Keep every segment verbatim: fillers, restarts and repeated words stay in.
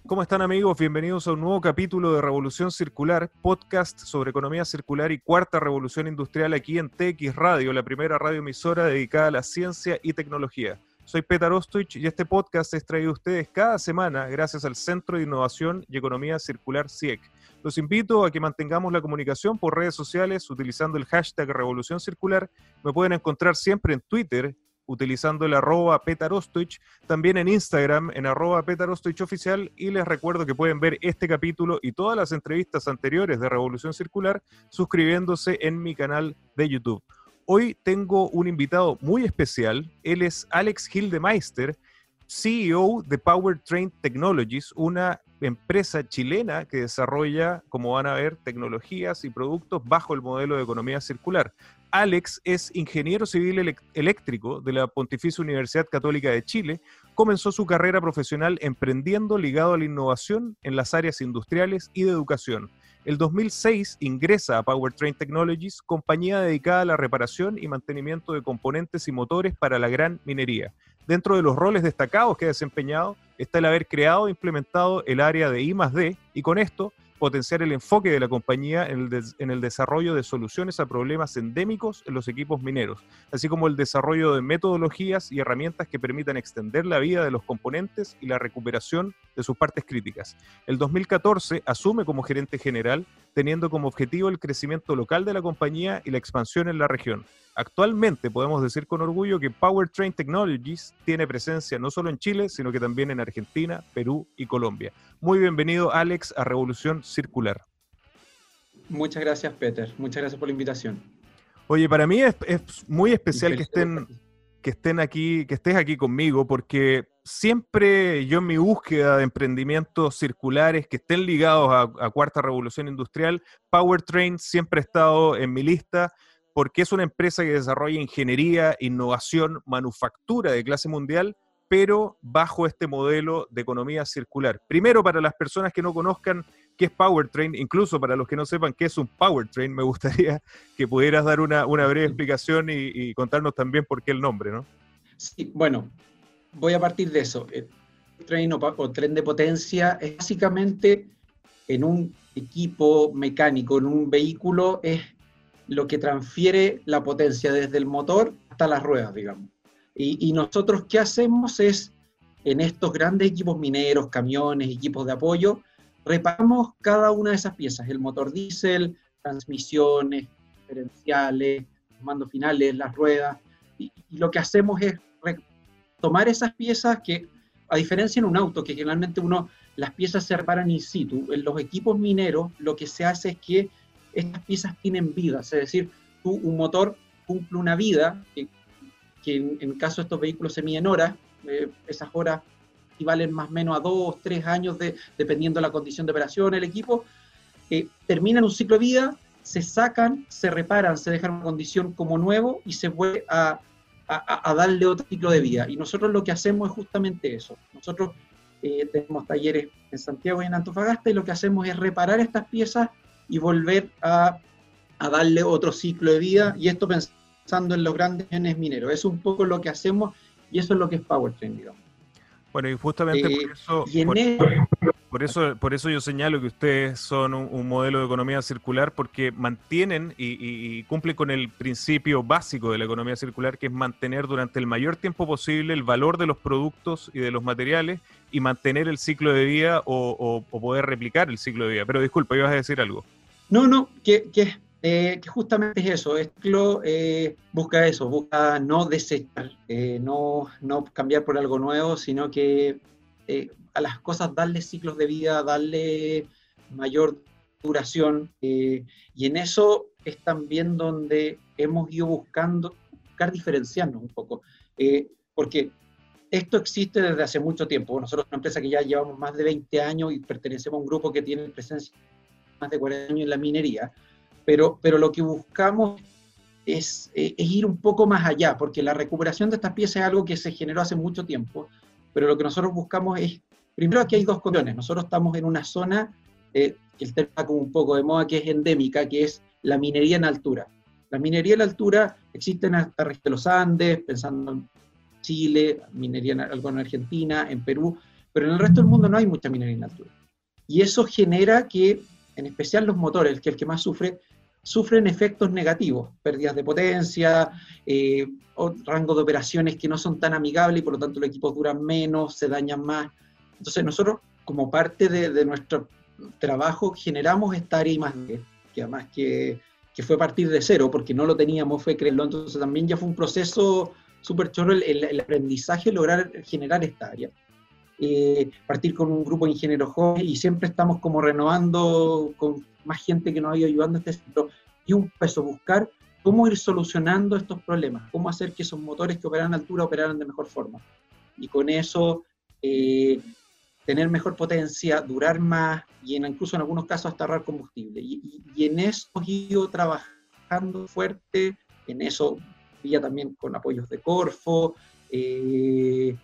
¿Cómo están, amigos? Bienvenidos a un nuevo capítulo de Revolución Circular, podcast sobre economía circular y cuarta revolución industrial aquí en T X Radio, la primera radioemisora dedicada a la ciencia y tecnología. Soy Petar Ostwich y este podcast es traído a ustedes cada semana gracias al Centro de Innovación y Economía Circular C I E C. Los invito a que mantengamos la comunicación por redes sociales utilizando el hashtag Revolución Circular. Me pueden encontrar siempre en Twitter utilizando el arroba petarostwich, también en Instagram en arroba petarostwich oficial, y les recuerdo que pueden ver este capítulo y todas las entrevistas anteriores de Revolución Circular suscribiéndose en mi canal de YouTube. Hoy tengo un invitado muy especial. Él es Alex Gildemeister, C E O de Powertrain Technologies, una empresa chilena que desarrolla, como van a ver, tecnologías y productos bajo el modelo de economía circular. Alex es ingeniero civil elect- eléctrico de la Pontificia Universidad Católica de Chile. Comenzó su carrera profesional emprendiendo ligado a la innovación en las áreas industriales y de educación. El dos mil seis ingresa a Powertrain Technologies, compañía dedicada a la reparación y mantenimiento de componentes y motores para la gran minería. Dentro de los roles destacados que ha desempeñado está el haber creado e implementado el área de I más D y con esto potenciar el enfoque de la compañía en el, des- en el desarrollo de soluciones a problemas endémicos en los equipos mineros, así como el desarrollo de metodologías y herramientas que permitan extender la vida de los componentes y la recuperación de sus partes críticas. El dos mil catorce asume como gerente general, teniendo como objetivo el crecimiento local de la compañía y la expansión en la región. Actualmente podemos decir con orgullo que Powertrain Technologies tiene presencia no solo en Chile, sino que también en Argentina, Perú y Colombia. Muy bienvenido, Alex, a Revolución Circular. Muchas gracias, Peter. Muchas gracias por la invitación. Oye, para mí es, es muy Y especial que feliz de estar estén, aquí. que estén aquí, que estés aquí conmigo, porque siempre yo en mi búsqueda de emprendimientos circulares que estén ligados a, a Cuarta Revolución Industrial, Powertrain siempre ha estado en mi lista, porque es una empresa que desarrolla ingeniería, innovación, manufactura de clase mundial, pero bajo este modelo de economía circular. Primero, para las personas que no conozcan qué es Powertrain, incluso para los que no sepan qué es un Powertrain, me gustaría que pudieras dar una, una breve explicación y, y contarnos también por qué el nombre, ¿no? Sí, bueno, voy a partir de eso. El tren o, pa- o tren de potencia es básicamente en un equipo mecánico, en un vehículo, es lo que transfiere la potencia desde el motor hasta las ruedas, digamos. Y, y nosotros, ¿qué hacemos? Es, en estos grandes equipos mineros, camiones, equipos de apoyo, reparamos cada una de esas piezas, el motor diésel, transmisiones, diferenciales, mandos finales, las ruedas, y, y lo que hacemos es re- tomar esas piezas que, a diferencia en un auto, que generalmente uno, las piezas se reparan in situ, en los equipos mineros lo que se hace es que estas piezas tienen vidas, es decir, tú, un motor cumple una vida, que, que en, en el caso de estos vehículos se miden horas, eh, esas horas equivalen más o menos a dos, tres años, de, dependiendo de la condición de operación del equipo, eh, terminan un ciclo de vida, se sacan, se reparan, se dejan en una condición como nuevo y se vuelve a, a, a darle otro ciclo de vida. Y nosotros lo que hacemos es justamente eso. Nosotros eh, tenemos talleres en Santiago y en Antofagasta y lo que hacemos es reparar estas piezas y volver a, a darle otro ciclo de vida, y esto pensando en los grandes bienes mineros. Es un poco lo que hacemos y eso es lo que es Powertrain, digamos. Bueno, y justamente por Eh, eso, y en por, el, por eso, por eso yo señalo que ustedes son un, un modelo de economía circular, porque mantienen y, y- y cumplen con el principio básico de la economía circular, que es mantener durante el mayor tiempo posible el valor de los productos y de los materiales y mantener el ciclo de vida o, o- o poder replicar el ciclo de vida. Pero disculpa, ibas a decir algo. No, no, que, que, eh, que justamente es eso, Estilo eh, busca eso, busca no desechar, eh, no, no cambiar por algo nuevo, sino que eh, a las cosas darle ciclos de vida, darle mayor duración, eh, y en eso es también donde hemos ido buscando, buscar diferenciarnos un poco, eh, porque esto existe desde hace mucho tiempo. Nosotros, una empresa que ya llevamos más de veinte años y pertenecemos a un grupo que tiene presencia más de cuarenta años en la minería, pero, pero lo que buscamos es, eh, es ir un poco más allá, porque la recuperación de estas piezas es algo que se generó hace mucho tiempo, pero lo que nosotros buscamos es, primero aquí hay dos condiciones, nosotros estamos en una zona, eh, que está como un poco de moda, que es endémica, que es la minería en altura. La minería en altura existe en la región de los Andes, pensando en Chile, minería en, algo en Argentina, en Perú, pero en el resto del mundo no hay mucha minería en altura. Y eso genera que, en especial los motores, que es el que más sufre, sufren efectos negativos, pérdidas de potencia, eh, o rangos de operaciones que no son tan amigables y por lo tanto los equipos duran menos, se dañan más. Entonces nosotros, como parte de, de nuestro trabajo, generamos esta área I más D, que además que, que fue a partir de cero, porque no lo teníamos, fue creerlo, entonces también ya fue un proceso súper chorro el, el, el aprendizaje, lograr generar esta área. Eh, partir con un grupo de ingenieros jóvenes y siempre estamos como renovando con más gente que nos ha ido ayudando a este centro, y un peso buscar cómo ir solucionando estos problemas, cómo hacer que esos motores que operan a altura operaran de mejor forma, y con eso eh, tener mejor potencia, durar más, y en, incluso en algunos casos hasta ahorrar combustible, y, y, y en eso hemos ido trabajando fuerte, en eso ya también con apoyos de Corfo, eh,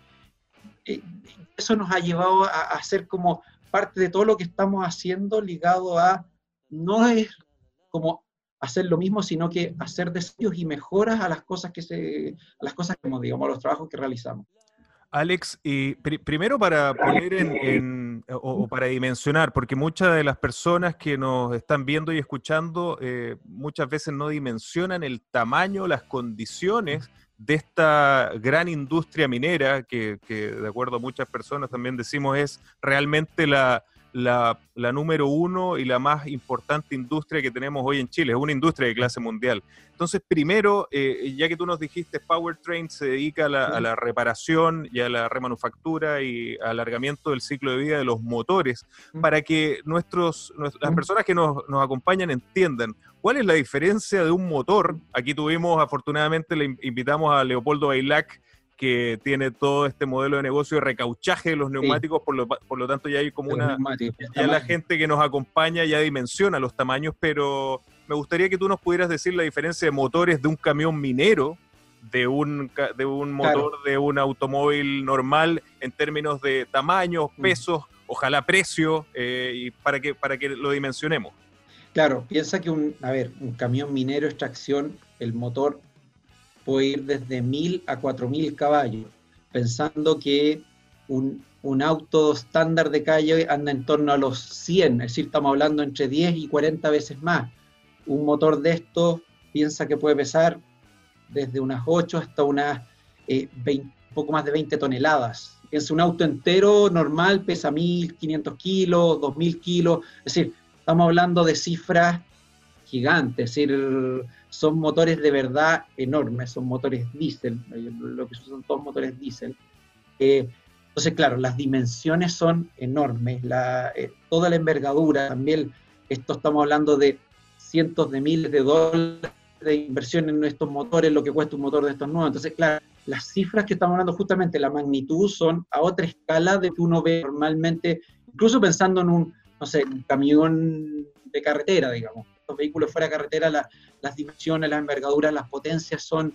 eh, eso nos ha llevado a, a ser como parte de todo lo que estamos haciendo ligado a, no es como hacer lo mismo, sino que hacer desafíos y mejoras a las cosas que se, a las cosas que hemos, digamos, a los trabajos que realizamos. Alex, y pr primero para poner en, en o, o para dimensionar, porque muchas de las personas que nos están viendo y escuchando eh, muchas veces no dimensionan el tamaño, las condiciones de esta gran industria minera, que, que de acuerdo a muchas personas también decimos es realmente la, la, la número uno y la más importante industria que tenemos hoy en Chile, es una industria de clase mundial. Entonces, primero, eh, ya que tú nos dijiste, Powertrain se dedica a la, a la reparación y a la remanufactura y alargamiento del ciclo de vida de los motores, para que nuestros, las personas que nos, nos acompañan entiendan cuál es la diferencia de un motor. Aquí tuvimos, afortunadamente, le invitamos a Leopoldo Bailac, que tiene todo este modelo de negocio de recauchaje de los neumáticos, sí. por, lo, por lo tanto ya hay como una... Ya la gente que nos acompaña ya dimensiona los tamaños, pero me gustaría que tú nos pudieras decir la diferencia de motores de un camión minero, de un, de un motor claro. de un automóvil normal, en términos de tamaños, pesos, mm. ojalá precio, eh, y para que, para que lo dimensionemos. Claro, piensa que un, a ver, un camión minero de extracción, el motor puede ir desde mil a cuatro mil caballos, pensando que un, un auto estándar de calle anda en torno a los cien, es decir, estamos hablando entre diez y cuarenta veces más. Un motor de estos piensa que puede pesar desde unas ocho hasta unas eh, veinte, poco más de veinte toneladas. Piensa, un auto entero normal pesa mil quinientos kilos, dos mil kilos, es decir, estamos hablando de cifras gigantes, es decir, son motores de verdad enormes, son motores diésel, lo que son todos motores diésel. Eh, entonces, claro, las dimensiones son enormes, la, eh, toda la envergadura, también esto estamos hablando de cientos de miles de dólares de inversión en estos motores, lo que cuesta un motor de estos nuevos. Entonces, claro, las cifras que estamos hablando, justamente la magnitud, son a otra escala de que uno ve normalmente, incluso pensando en un, no sé, un camión de carretera, digamos. Los vehículos fuera de carretera, la, las dimensiones, las envergaduras, las potencias son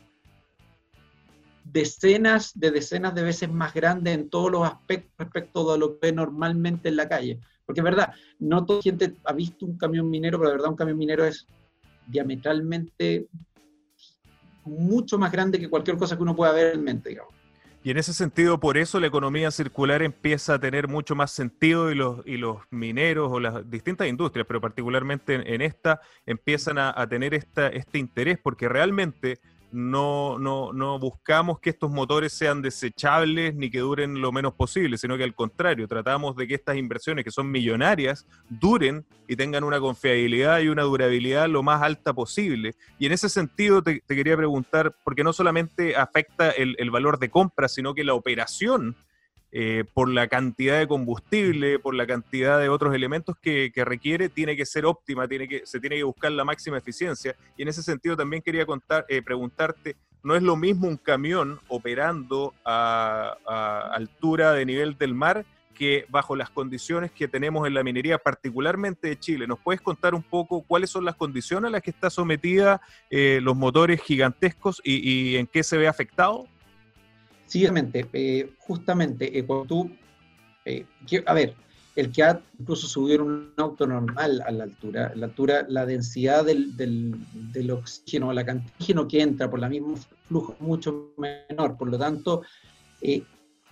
decenas de decenas de veces más grandes en todos los aspectos respecto de lo que ve normalmente en la calle. Porque es verdad, no toda gente ha visto un camión minero, pero de verdad un camión minero es diametralmente mucho más grande que cualquier cosa que uno pueda ver en mente, digamos. Y en ese sentido, por eso la economía circular empieza a tener mucho más sentido y los, y los mineros o las distintas industrias, pero particularmente en, en esta, empiezan a, a tener esta, este interés, porque realmente no, no, no buscamos que estos motores sean desechables ni que duren lo menos posible, sino que al contrario, tratamos de que estas inversiones, que son millonarias, duren y tengan una confiabilidad y una durabilidad lo más alta posible. Y en ese sentido te, te quería preguntar, porque no solamente afecta el, el valor de compra, sino que la operación, eh, por la cantidad de combustible, por la cantidad de otros elementos que, que requiere, tiene que ser óptima, tiene que, se tiene que buscar la máxima eficiencia. Y en ese sentido también quería contar, eh, preguntarte, ¿no es lo mismo un camión operando a, a altura de nivel del mar que bajo las condiciones que tenemos en la minería, particularmente de Chile? ¿Nos puedes contar un poco cuáles son las condiciones a las que está sometida eh, los motores gigantescos y, y en qué se ve afectado? Sí, realmente, eh, justamente, eh, cuando tú, eh, que, a ver, el que ha incluso subido un auto normal a la altura, la altura, la densidad del, del, del oxígeno, la cantidad de oxígeno que entra por el mismo flujo es mucho menor, por lo tanto, eh,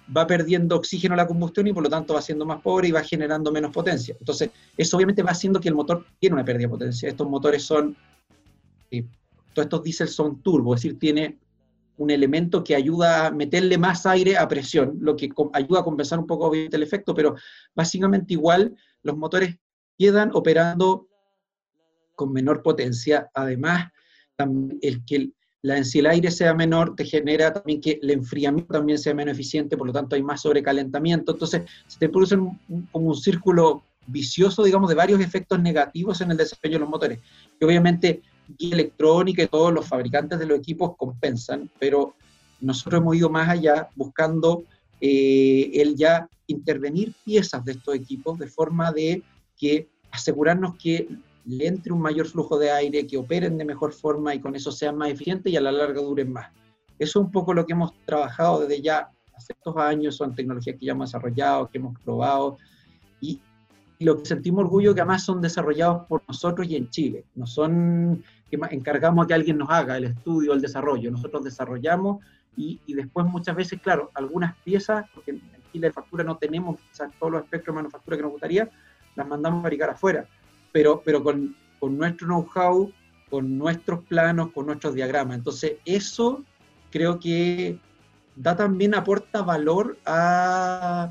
va perdiendo oxígeno a la combustión y por lo tanto va siendo más pobre y va generando menos potencia. Entonces, eso obviamente va haciendo que el motor tiene una pérdida de potencia. Estos motores son, eh, todos estos diésel son turbo, es decir, tiene un elemento que ayuda a meterle más aire a presión, lo que ayuda a compensar un poco el efecto, pero básicamente igual los motores quedan operando con menor potencia. Además, también el que la densidad del aire sea menor te genera también que el enfriamiento también sea menos eficiente, por lo tanto hay más sobrecalentamiento. Entonces, se te produce un, un, como un círculo vicioso, digamos, de varios efectos negativos en el desempeño de los motores. Y obviamente, guía electrónica y todos los fabricantes de los equipos compensan, pero nosotros hemos ido más allá buscando eh, el ya intervenir piezas de estos equipos de forma de que asegurarnos que le entre un mayor flujo de aire, que operen de mejor forma y con eso sean más eficientes y a la larga duren más. Eso es un poco lo que hemos trabajado desde ya hace estos años, son tecnologías que ya hemos desarrollado, que hemos probado, y, y lo que sentimos orgullo que además son desarrollados por nosotros y en Chile. No son que encargamos a que alguien nos haga el estudio, el desarrollo. Nosotros desarrollamos y, y después muchas veces, claro, algunas piezas, porque en Chile de factura no tenemos quizás todos los espectros de manufactura que nos gustaría, las mandamos a fabricar afuera. pero, pero con, con nuestro know-how, con nuestros planos, con nuestros diagramas. Entonces, eso creo que da también, aporta valor a,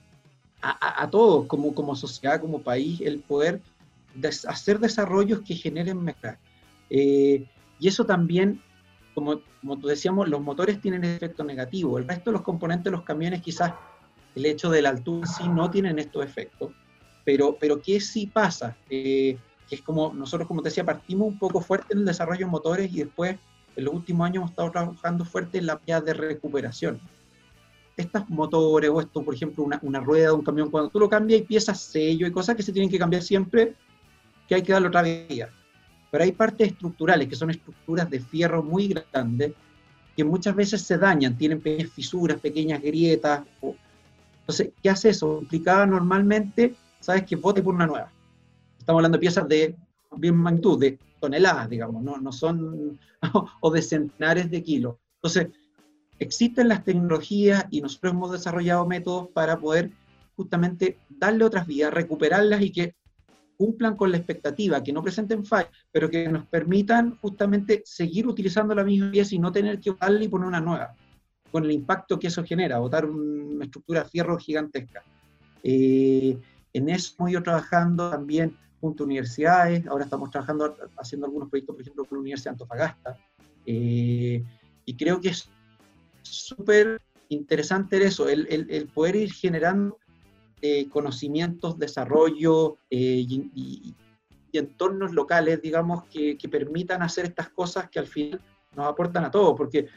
a, a todos, como, como sociedad, como país, el poder des, hacer desarrollos que generen mejora. Eh, y eso también, como, como decíamos, los motores tienen efectos negativos. El resto de los componentes de los camiones, quizás el hecho de la altura sí no tienen estos efectos. Pero, pero ¿qué sí pasa? Eh, que es como, nosotros, como te decía, partimos un poco fuerte en el desarrollo de motores y después, en los últimos años, hemos estado trabajando fuerte en la vía de recuperación. Estos motores, o esto, por ejemplo, una, una rueda de un camión, cuando tú lo cambias, hay piezas, sello y cosas que se tienen que cambiar siempre, que hay que darle otra vida. Pero hay partes estructurales, que son estructuras de fierro muy grandes, que muchas veces se dañan, tienen pequeñas fisuras, pequeñas grietas. O... Entonces, ¿qué hace eso? Implicaba normalmente, sabes, que bote por una nueva. Estamos hablando de piezas de bien magnitud, de toneladas, digamos, no, no son, o de centenares de kilos. Entonces, existen las tecnologías y nosotros hemos desarrollado métodos para poder justamente darle otras vías, recuperarlas y que cumplan con la expectativa, que no presenten fallas, pero que nos permitan justamente seguir utilizando la misma pieza y no tener que botarla y poner una nueva, con el impacto que eso genera, botar una estructura de fierro gigantesca. Eh, en eso hemos ido trabajando también junto a universidades, ahora estamos trabajando, haciendo algunos proyectos, por ejemplo, con la Universidad de Antofagasta, eh, y creo que es súper interesante eso, el, el, el poder ir generando eh, conocimientos, desarrollo eh, y, y, y entornos locales, digamos, que, que permitan hacer estas cosas que al final nos aportan a todos, porque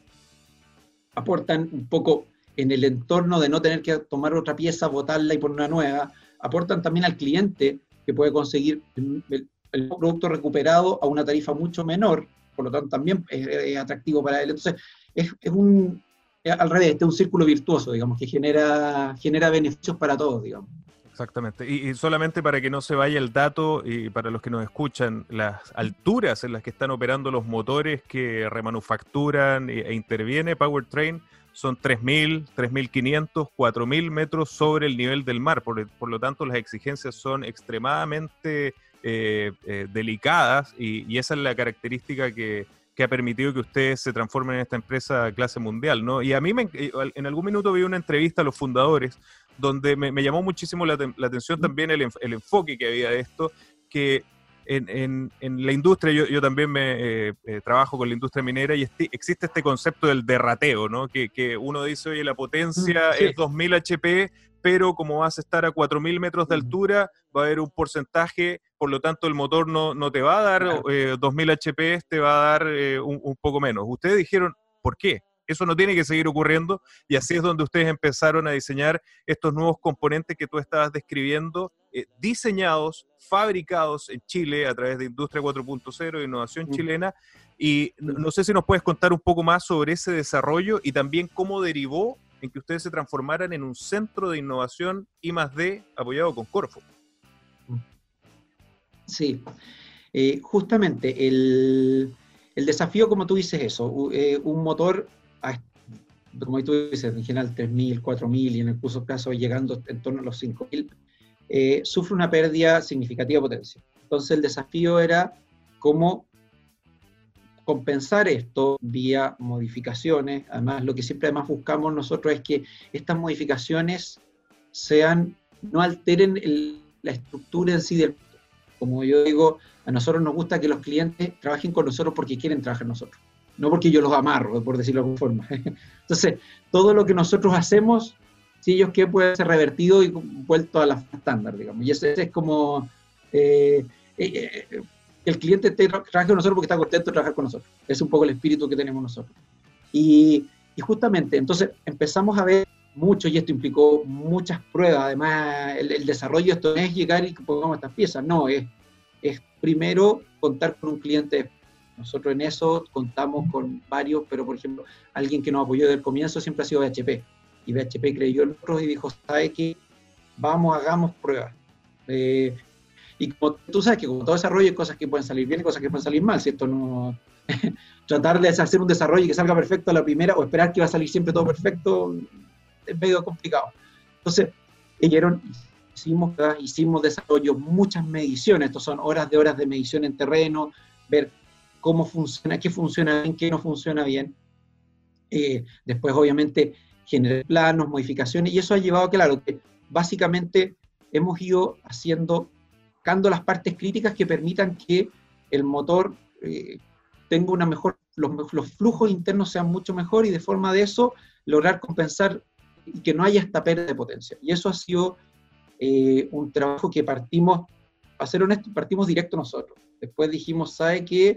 aportan un poco en el entorno de no tener que tomar otra pieza, botarla y poner una nueva, aportan también al cliente que puede conseguir el, el, el producto recuperado a una tarifa mucho menor, por lo tanto también es, es atractivo para él. Entonces, es, es un, es al revés, este es un círculo virtuoso, digamos, que genera, genera beneficios para todos, digamos. Exactamente. Y, y solamente para que no se vaya el dato, y para los que nos escuchan, las alturas en las que están operando los motores que remanufacturan e, e interviene Powertrain son tres mil, tres mil quinientos, cuatro mil metros sobre el nivel del mar. Por, por lo tanto, las exigencias son extremadamente eh, eh, delicadas y, y esa es la característica que, que ha permitido que ustedes se transformen en esta empresa clase mundial, ¿no? Y a mí me, en algún minuto vi una entrevista a los fundadores donde me, me llamó muchísimo la, la atención también el, el enfoque que había de esto, que en, en, en la industria, yo, yo también me eh, eh, trabajo con la industria minera y este, existe este concepto del derrateo, ¿no? Que, que uno dice, oye, la potencia sí. es dos mil H P, pero como vas a estar a cuatro mil metros de altura, va a haber un porcentaje, por lo tanto el motor no, no te va a dar claro. eh, dos mil H P, te va a dar eh, un, un poco menos. Ustedes dijeron, ¿por qué? Eso no tiene que seguir ocurriendo, y así es donde ustedes empezaron a diseñar estos nuevos componentes que tú estabas describiendo, eh, diseñados, fabricados en Chile a través de Industria cuatro punto cero, Innovación mm. Chilena, y no, no sé si nos puedes contar un poco más sobre ese desarrollo y también cómo derivó en que ustedes se transformaran en un centro de innovación I más D apoyado con Corfo. Sí, eh, justamente el, el desafío, como tú dices eso, eh, un motor a, como tú dices, en general tres mil, cuatro mil y en algunos casos llegando en torno a los cinco mil, eh, sufre una pérdida significativa de potencia. Entonces el desafío era cómo compensar esto vía modificaciones. Además, lo que siempre además buscamos nosotros es que estas modificaciones sean, no alteren el, la estructura en sí del producto. Como yo digo, a nosotros nos gusta que los clientes trabajen con nosotros porque quieren trabajar con nosotros, no porque yo los amarro, por decirlo de alguna forma. Entonces, todo lo que nosotros hacemos, si ellos quieren, puede ser revertido y vuelto a la estándar, digamos. Y ese, ese es como... Eh, eh, eh, el cliente te trabaja con nosotros porque está contento de trabajar con nosotros. Es un poco el espíritu que tenemos nosotros. Y, y justamente, entonces empezamos a ver mucho, y esto implicó muchas pruebas. Además, el, el desarrollo, esto no es llegar y que pongamos estas piezas, no, es, es primero contar con un cliente. Nosotros en eso contamos con varios, pero por ejemplo, alguien que nos apoyó desde el comienzo siempre ha sido B H P. Y B H P creyó en nosotros y dijo, ¿sabe qué? Vamos, hagamos pruebas. Eh, Y como tú sabes que como todo desarrollo hay cosas que pueden salir bien y cosas que pueden salir mal, ¿cierto? No, tratar de hacer un desarrollo y que salga perfecto a la primera o esperar que va a salir siempre todo perfecto es medio complicado. Entonces, ellos hicimos, hicimos desarrollo, muchas mediciones, estos son horas de horas de medición en terreno, ver cómo funciona, qué funciona bien, qué no funciona bien. Eh, después, obviamente, generar planos, modificaciones, y eso ha llevado, claro, que básicamente hemos ido haciendo buscando las partes críticas que permitan que el motor eh, tenga una mejor, los, los flujos internos sean mucho mejor y de forma de eso lograr compensar y que no haya esta pérdida de potencia. Y eso ha sido eh, un trabajo que partimos, para ser honesto, partimos directo nosotros. Después dijimos, ¿sabe qué?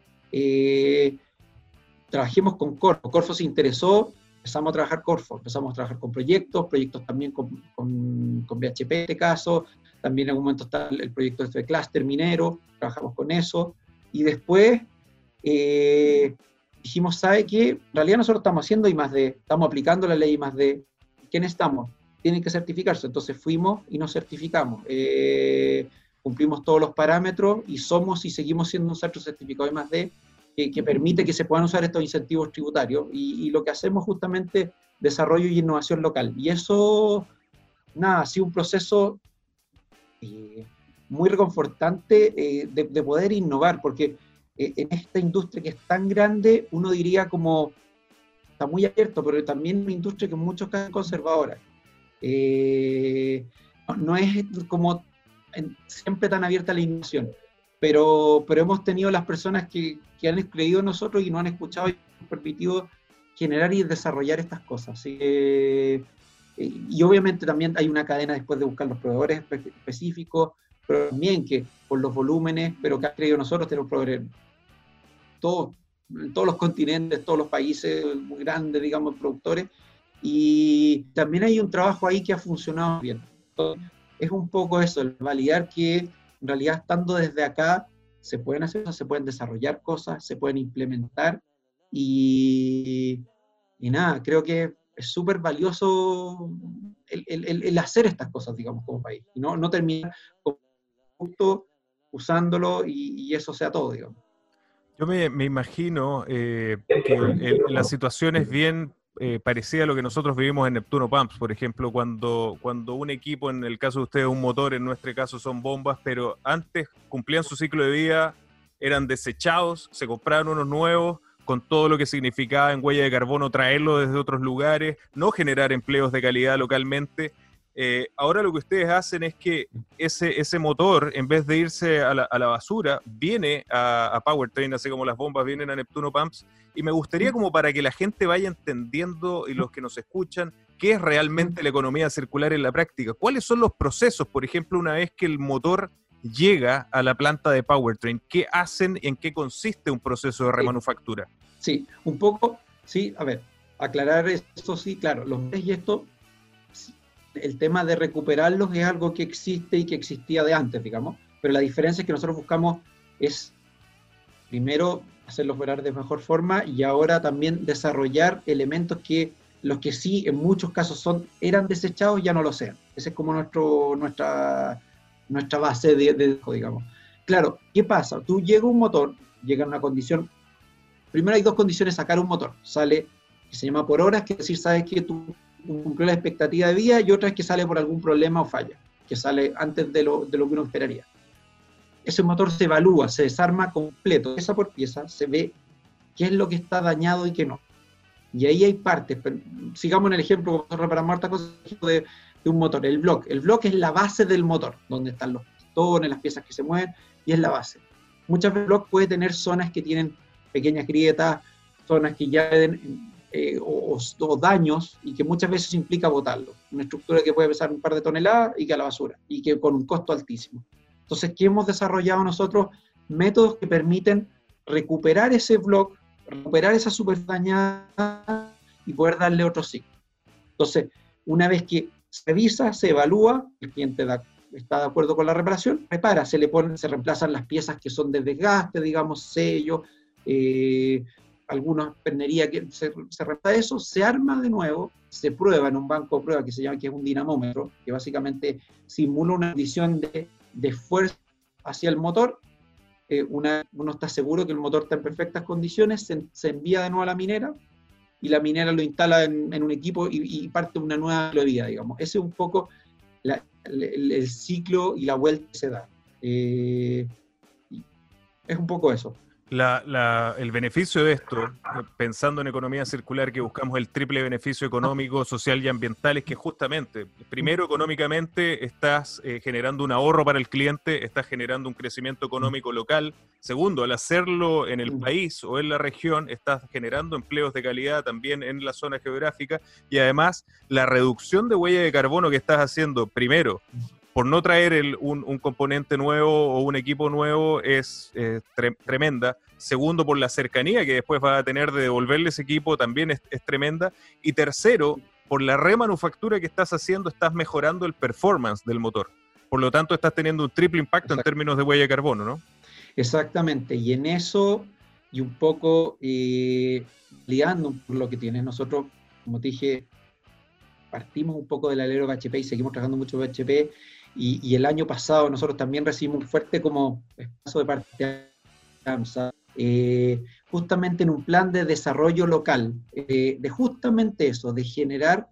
Eh, trabajemos con Corfo. Corfo se interesó, empezamos a trabajar Corfo, empezamos a trabajar con proyectos, proyectos también con, con, con B H P en este caso. También en algún momento está el proyecto este de clúster minero, trabajamos con eso, y después eh, dijimos, ¿sabe qué? En realidad nosotros estamos haciendo I más D, estamos aplicando la ley I más D, ¿qué necesitamos? Tienen que certificarse, entonces fuimos y nos certificamos, eh, cumplimos todos los parámetros y somos y seguimos siendo un centro certificado I más D que, que permite que se puedan usar estos incentivos tributarios, y, y lo que hacemos justamente desarrollo y innovación local, y eso, nada, ha sido un proceso Eh, muy reconfortante eh, de, de poder innovar, porque eh, en esta industria que es tan grande, uno diría como, está muy abierto, pero también una industria que en muchos casos es conservadora. Eh, no, no es como en, siempre tan abierta a la innovación, pero, pero hemos tenido las personas que, que han creído en nosotros y nos han escuchado y nos han permitido generar y desarrollar estas cosas. Así que, y obviamente también hay una cadena después de buscar los proveedores espe específicos, pero también que por los volúmenes, pero que han creído nosotros, tenemos proveedores todos, todos los continentes, todos los países muy grandes, digamos, productores, y también hay un trabajo ahí que ha funcionado bien. Entonces, es un poco eso, el validar que en realidad estando desde acá se pueden hacer cosas, se pueden desarrollar cosas, se pueden implementar, y, y nada, creo que es súper valioso el, el, el hacer estas cosas, digamos, como país, y no, no terminar con justo usándolo y, y eso sea todo, digamos. Yo me, me imagino eh, que el, el, la situación es bien eh, parecida a lo que nosotros vivimos en Neptuno Pumps, por ejemplo, cuando, cuando un equipo, en el caso de ustedes un motor, en nuestro caso son bombas, pero antes cumplían su ciclo de vida, eran desechados, se compraban unos nuevos, con todo lo que significaba en huella de carbono traerlo desde otros lugares, no generar empleos de calidad localmente. Eh, ahora lo que ustedes hacen es que ese, ese motor, en vez de irse a la, a la basura, viene a, a Powertrain, así como las bombas vienen a Neptuno Pumps, y me gustaría como para que la gente vaya entendiendo, y los que nos escuchan, qué es realmente la economía circular en la práctica. ¿Cuáles son los procesos, por ejemplo, una vez que el motor llega a la planta de Powertrain? ¿Qué hacen y en qué consiste un proceso de remanufactura? Sí, un poco, sí, a ver, aclarar esto, sí, claro, los y esto, el tema de recuperarlos es algo que existe y que existía de antes, digamos, pero la diferencia es que nosotros buscamos es, primero, hacerlos operar de mejor forma y ahora también desarrollar elementos que los que sí, en muchos casos, son, eran desechados, ya no lo sean. Esa es como nuestro, nuestra, nuestra base de, de, digamos. Claro, ¿qué pasa? Tú llega un motor, llega en una condición, primero hay dos condiciones, sacar un motor, sale que se llama por horas, que es decir, sabes que tú cumplió la expectativa de vida, y otra es que sale por algún problema o falla, que sale antes de lo, de lo que uno esperaría. Ese motor se evalúa, se desarma completo, pieza por pieza, se ve qué es lo que está dañado y qué no. Y ahí hay partes, pero sigamos en el ejemplo, como nosotros reparamos hartas cosas de, de un motor, el bloque. El bloque es la base del motor, donde están los pistones, las piezas que se mueven, y es la base. Muchas veces el bloque puede tener zonas que tienen pequeñas grietas, zonas que ya ven, eh, o, o daños, y que muchas veces implica botarlo. Una estructura que puede pesar un par de toneladas y que a la basura, y que con un costo altísimo. Entonces, ¿qué hemos desarrollado nosotros? Métodos que permiten recuperar ese bloque, recuperar esa superficie dañada y poder darle otro ciclo. Entonces, una vez que se revisa, se evalúa, el cliente da, está de acuerdo con la reparación, repara, se le ponen, se reemplazan las piezas que son de desgaste, digamos, sello, eh, algunas pernerías que se, se reemplaza eso, se arma de nuevo, se prueba en un banco de prueba que se llama, que es un dinamómetro, que básicamente simula una medición de, de esfuerzo hacia el motor. Eh, una, uno está seguro que el motor está en perfectas condiciones, se, se envía de nuevo a la minera, y la minera lo instala en, en un equipo y, y parte una nueva vida, digamos. Ese es un poco la, el, el ciclo y la vuelta que se da. Eh, es un poco eso. La, la, el beneficio de esto, pensando en economía circular, que buscamos el triple beneficio económico, social y ambiental, es que justamente, primero, económicamente estás eh, generando un ahorro para el cliente, estás generando un crecimiento económico local. Segundo, al hacerlo en el país o en la región, estás generando empleos de calidad también en la zona geográfica, y además la reducción de huella de carbono que estás haciendo, primero, por no traer el, un, un componente nuevo o un equipo nuevo, es eh, tre tremenda. Segundo, por la cercanía que después va a tener de devolverle ese equipo, también es, es tremenda. Y tercero, por la remanufactura que estás haciendo, estás mejorando el performance del motor. Por lo tanto, estás teniendo un triple impacto en términos de huella de carbono, ¿no? Exactamente, y en eso, y un poco eh, liando por lo que tienes, nosotros, como te dije, partimos un poco del alero de H P y seguimos trabajando mucho con H P, y, y el año pasado nosotros también recibimos un fuerte como espacio de parte de AMSA, eh, justamente en un plan de desarrollo local, eh, de justamente eso, de generar,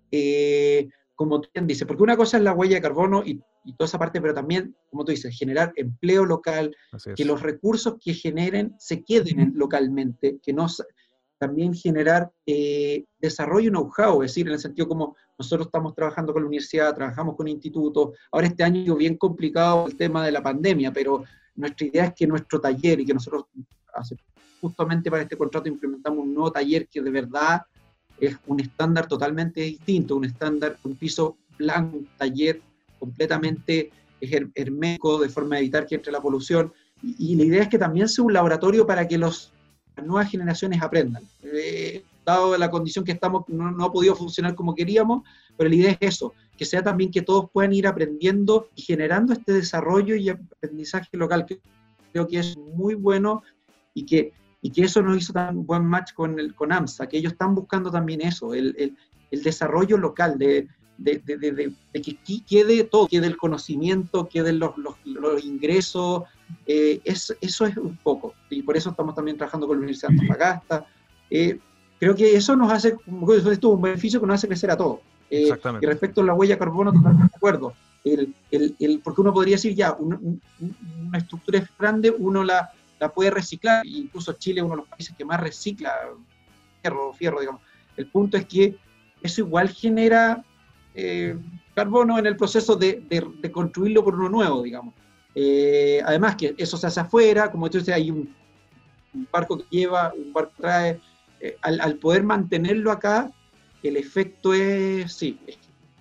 eh, como tú dices, porque una cosa es la huella de carbono y, y toda esa parte, pero también, como tú dices, generar empleo local, que los recursos que generen se queden localmente, que no... También generar eh, desarrollo know-how, es decir, en el sentido como nosotros estamos trabajando con la universidad, trabajamos con institutos, ahora este año es bien complicado el tema de la pandemia, pero nuestra idea es que nuestro taller, y que nosotros hace, justamente para este contrato implementamos un nuevo taller que de verdad es un estándar totalmente distinto, un estándar, un piso blanco, un taller completamente hermético, de forma de evitar que entre la polución, y, y la idea es que también sea un laboratorio para que los las nuevas generaciones aprendan. Eh, dado la condición que estamos, no, no ha podido funcionar como queríamos, pero la idea es eso, que sea también que todos puedan ir aprendiendo y generando este desarrollo y aprendizaje local, que creo que es muy bueno, y que, y que eso nos hizo tan buen match con, el, con AMSA, que ellos están buscando también eso, el, el, el desarrollo local, de, de, de, de, de, de que quede todo, quede el conocimiento, queden los, los, los ingresos. Eh, es, eso es un poco, y por eso estamos también trabajando con la Universidad de Antofagasta. Eh, creo que eso nos hace, como eso es un beneficio que nos hace crecer a todos. Eh, Exactamente. Y respecto a la huella de carbono, totalmente de acuerdo. El, el, el, porque uno podría decir, ya, un, un, una estructura es grande, uno la, la puede reciclar, incluso Chile es uno de los países que más recicla fierro, fierro, digamos. El punto es que eso igual genera eh, carbono en el proceso de, de, de construirlo por uno nuevo, digamos. Eh, además que eso se hace afuera, como tú dices, hay un, un barco que lleva, un barco que trae, eh, al, al poder mantenerlo acá, el efecto es, sí, es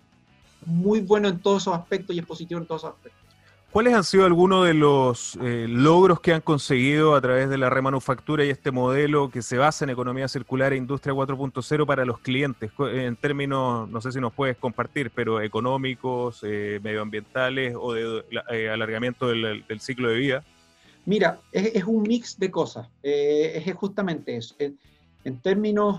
muy bueno en todos esos aspectos y es positivo en todos esos aspectos. ¿Cuáles han sido algunos de los eh, logros que han conseguido a través de la remanufactura y este modelo que se basa en economía circular e industria cuatro punto cero para los clientes? En términos, no sé si nos puedes compartir, pero económicos, eh, medioambientales o de eh, alargamiento del, del ciclo de vida. Mira, es, es un mix de cosas. Eh, es justamente eso. En, en términos,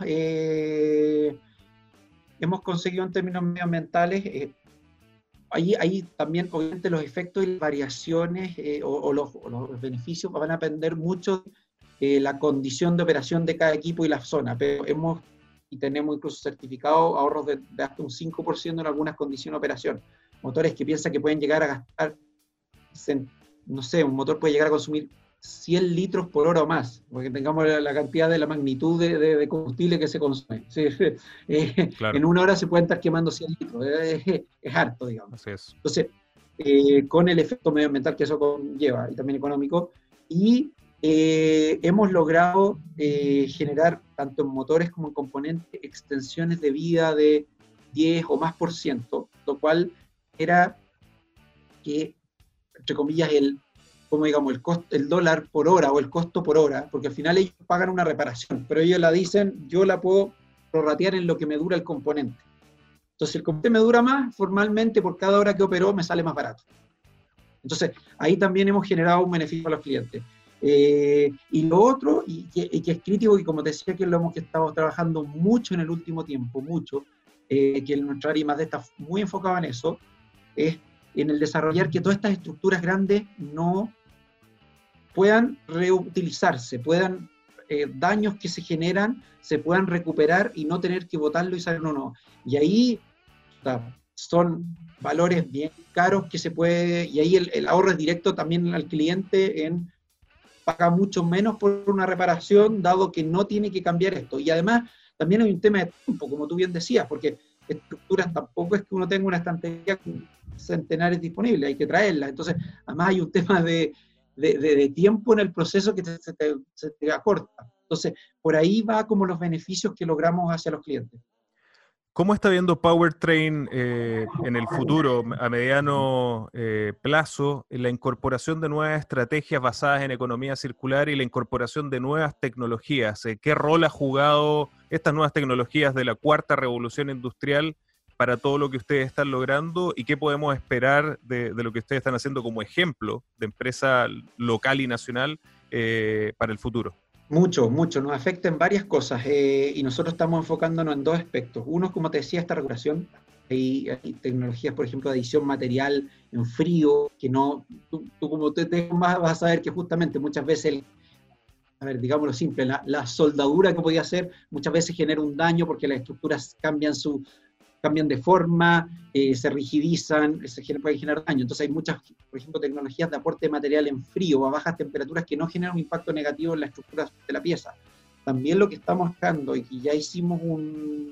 eh, hemos conseguido en términos medioambientales, eh, Ahí, ahí también, obviamente, los efectos y las variaciones eh, o, o, los, o los beneficios van a depender mucho de eh, la condición de operación de cada equipo y la zona, pero hemos y tenemos incluso certificados ahorros de, de hasta un cinco por ciento en algunas condiciones de operación. Motores que piensan que pueden llegar a gastar, no sé, un motor puede llegar a consumir cien litros por hora o más, porque tengamos la, la cantidad de la magnitud de, de, de combustible que se consume. Sí, eh, claro. En una hora se pueden estar quemando cien litros, eh, es, es harto, digamos. Así es. Entonces, eh, con el efecto medioambiental que eso conlleva, y también económico, y eh, hemos logrado eh, generar, tanto en motores como en componentes, extensiones de vida de diez o más por ciento, lo cual era que, entre comillas, el, como digamos, el, costo, el dólar por hora o el costo por hora, porque al final ellos pagan una reparación, pero ellos la dicen, yo la puedo prorratear en lo que me dura el componente. Entonces, el componente me dura más, formalmente, por cada hora que operó, me sale más barato. Entonces, ahí también hemos generado un beneficio a los clientes. Eh, y lo otro, y que, y que es crítico, y como te decía, que lo hemos estado trabajando mucho en el último tiempo, mucho, eh, que en nuestra área más de está muy enfocado en eso, es en el desarrollar que todas estas estructuras grandes no puedan reutilizarse, puedan, eh, daños que se generan, se puedan recuperar y no tener que botarlo y saber, no, no. Y ahí o sea, son valores bien caros que se puede, y ahí el, el ahorro es directo también al cliente, en paga mucho menos por una reparación, dado que no tiene que cambiar esto. Y además, también hay un tema de tiempo, como tú bien decías, porque estructuras tampoco es que uno tenga una estantería con centenares disponibles, hay que traerlas. Entonces, además hay un tema de, de, de, de tiempo en el proceso que te, se, te, se te acorta. Entonces, por ahí va como los beneficios que logramos hacia los clientes. ¿Cómo está viendo Powertrain eh, en el futuro, a mediano eh, plazo, en la incorporación de nuevas estrategias basadas en economía circular y la incorporación de nuevas tecnologías? Eh, ¿Qué rol ha jugado estas nuevas tecnologías de la cuarta revolución industrial para todo lo que ustedes están logrando? ¿Y qué podemos esperar de, de lo que ustedes están haciendo como ejemplo de empresa local y nacional eh, para el futuro? Mucho, mucho, nos afecta en varias cosas eh, y nosotros estamos enfocándonos en dos aspectos. Uno, como te decía, esta regulación. Hay, hay tecnologías, por ejemplo, de adición material en frío, que no, tú, tú como te, te vas, vas a saber que justamente muchas veces, el, a ver, digámoslo simple, la, la soldadura que podía hacer muchas veces genera un daño porque las estructuras cambian su, cambian de forma, eh, se rigidizan, se pueden generar daño. Entonces hay muchas, por ejemplo, tecnologías de aporte de material en frío o a bajas temperaturas que no generan un impacto negativo en la estructura de la pieza. También lo que estamos buscando, y que ya hicimos un,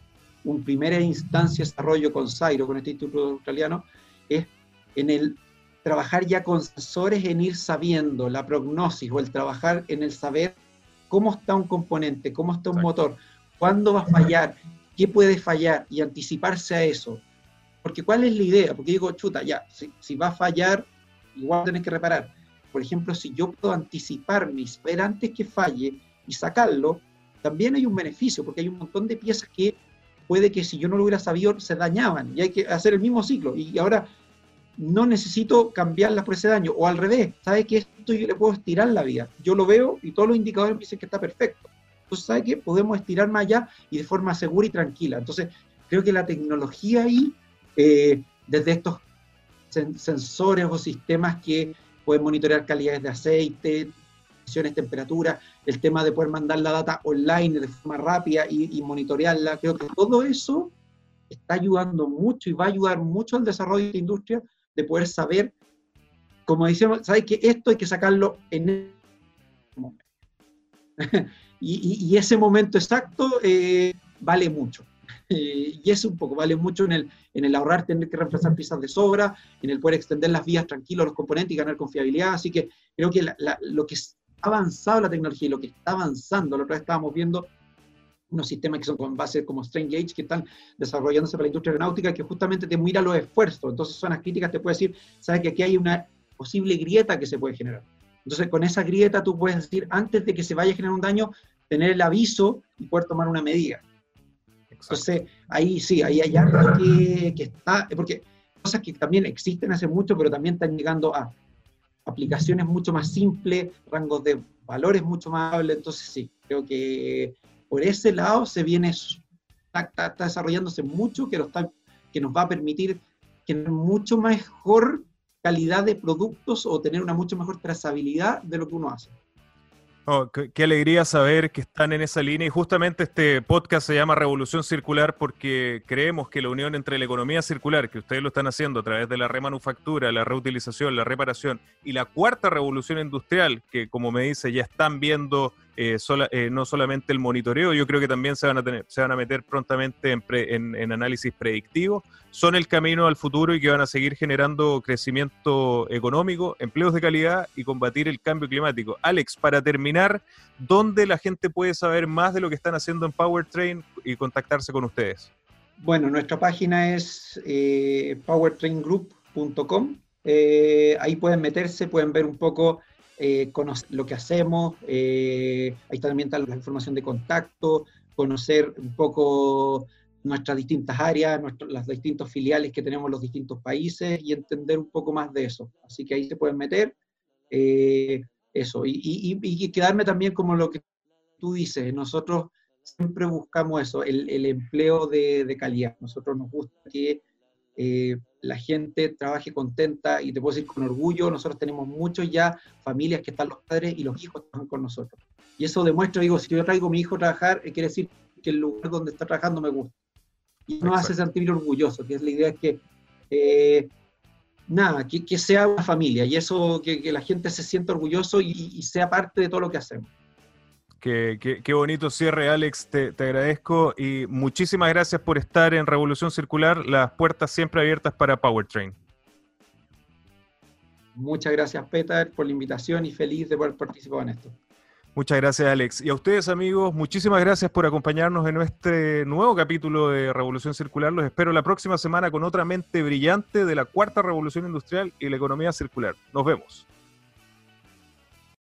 un primera instancia de desarrollo con Sairo, con este instituto australiano, es en el trabajar ya con sensores, en ir sabiendo la prognosis, o el trabajar en el saber cómo está un componente, cómo está un Exacto. motor, cuándo va a fallar, qué puede fallar, y anticiparse a eso. Porque ¿cuál es la idea? Porque digo, chuta, ya, si, si va a fallar, igual tenés que reparar. Por ejemplo, si yo puedo anticiparme y saber antes que falle y sacarlo, también hay un beneficio, porque hay un montón de piezas que puede que si yo no lo hubiera sabido se dañaban, y hay que hacer el mismo ciclo, y ahora no necesito cambiarlas por ese daño, o al revés, ¿sabe que esto yo le puedo estirar la vida? Yo lo veo y todos los indicadores me dicen que está perfecto. Entonces, ¿sabe qué? Podemos estirar más allá y de forma segura y tranquila. Entonces, creo que la tecnología ahí, eh, desde estos sen sensores o sistemas que pueden monitorear calidades de aceite, presiones, temperatura, el tema de poder mandar la data online de forma rápida y, y monitorearla, creo que todo eso está ayudando mucho y va a ayudar mucho al desarrollo de la industria, de poder saber, como decíamos, ¿sabes que esto hay que sacarlo en el momento? Y, y, y ese momento exacto eh, vale mucho. Eh, y eso un poco, vale mucho en el, en el ahorrar, tener que reemplazar piezas de sobra, en el poder extender las vías tranquilos a los componentes y ganar confiabilidad. Así que creo que la, la, lo que ha avanzado la tecnología y lo que está avanzando, la otra vez estábamos viendo unos sistemas que son con base como Strain Gauge, que están desarrollándose para la industria aeronáutica, que justamente te mira los esfuerzos. Entonces, zonas críticas te puede decir, sabes que aquí hay una posible grieta que se puede generar. Entonces, con esa grieta tú puedes decir, antes de que se vaya a generar un daño, tener el aviso y poder tomar una medida. Exacto. Entonces, ahí sí, ahí hay algo que, que está, porque cosas que también existen hace mucho, pero también están llegando a aplicaciones mucho más simples, rangos de valores mucho más amables. Entonces, sí, creo que por ese lado se viene, está, está, está desarrollándose mucho, que, lo está, que nos va a permitir tener mucho mejor calidad de productos o tener una mucho mejor trazabilidad de lo que uno hace. Oh, qué, qué alegría saber que están en esa línea y justamente este podcast se llama Revolución Circular porque creemos que la unión entre la economía circular, que ustedes lo están haciendo a través de la remanufactura, la reutilización, la reparación y la cuarta revolución industrial, que como me dice ya están viendo eh, sola, eh, no solamente el monitoreo, yo creo que también se van a, tener, se van a meter prontamente en, pre, en, en análisis predictivo, son el camino al futuro y que van a seguir generando crecimiento económico, empleos de calidad y combatir el cambio climático. Alex, para terminar, ¿dónde la gente puede saber más de lo que están haciendo en Powertrain y contactarse con ustedes? Bueno, nuestra página es eh, powertrain group punto com. Eh, ahí pueden meterse, pueden ver un poco eh, conocer lo que hacemos. Eh, ahí también está la información de contacto, conocer un poco nuestras distintas áreas, nuestro, las distintas filiales que tenemos en los distintos países y entender un poco más de eso. Así que ahí se pueden meter. Eh, eso, y, y, y quedarme también como lo que tú dices, nosotros siempre buscamos eso, el, el empleo de, de calidad. Nosotros nos gusta que eh, la gente trabaje contenta y te puedo decir con orgullo, nosotros tenemos muchos ya familias que están los padres y los hijos trabajan con nosotros. Y eso demuestra, digo, si yo traigo a mi hijo a trabajar, eh, quiere decir que el lugar donde está trabajando me gusta. Y nos hace sentir orgullosos, que es la idea es que, eh, nada, que, que sea una familia y eso, que, que la gente se sienta orgulloso y, y sea parte de todo lo que hacemos. Qué, qué, qué bonito cierre, Alex, te, te agradezco y muchísimas gracias por estar en Revolución Circular, las puertas siempre abiertas para Powertrain. Muchas gracias, Peter, por la invitación y feliz de poder participar en esto. Muchas gracias, Alex. Y a ustedes, amigos, muchísimas gracias por acompañarnos en este nuevo capítulo de Revolución Circular. Los espero la próxima semana con otra mente brillante de la cuarta revolución industrial y la economía circular. Nos vemos.